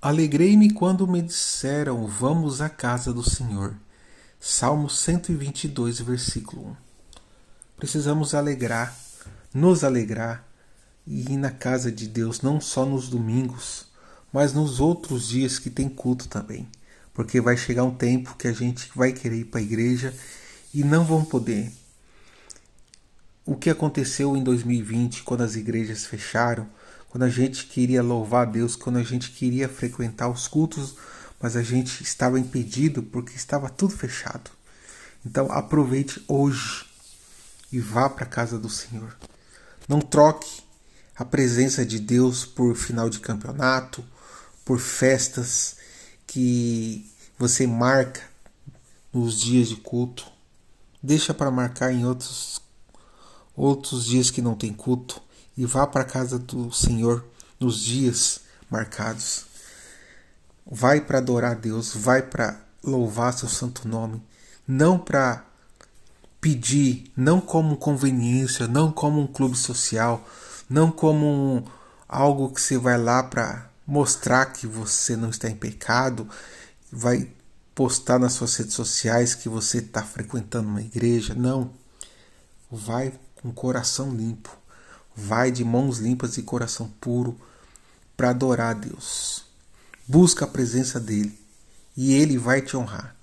Alegrei-me quando me disseram, vamos à casa do Senhor. Salmo 122, versículo 1. Precisamos nos alegrar e ir na casa de Deus, não só nos domingos, mas nos outros dias que tem culto também. Porque vai chegar um tempo que a gente vai querer ir para a igreja e não vão poder. O que aconteceu em 2020, quando as igrejas fecharam, quando a gente queria louvar a Deus, quando a gente queria frequentar os cultos, mas a gente estava impedido porque estava tudo fechado. Então aproveite hoje e vá para a casa do Senhor. Não troque a presença de Deus por final de campeonato, por festas que você marca nos dias de culto. Deixa para marcar em outros dias que não tem culto e vá para a casa do Senhor nos dias marcados. Vai para adorar a Deus, vai para louvar seu santo nome, não para pedir, não como conveniência, não como um clube social, não como algo que você vai lá para mostrar que você não está em pecado, vai postar nas suas redes sociais que você está frequentando uma igreja. Não. Vai com coração limpo. Vai de mãos limpas e coração puro para adorar a Deus. Busca a presença dele e ele vai te honrar.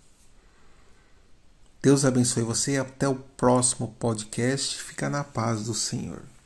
Deus abençoe você e até o próximo podcast. Fica na paz do Senhor.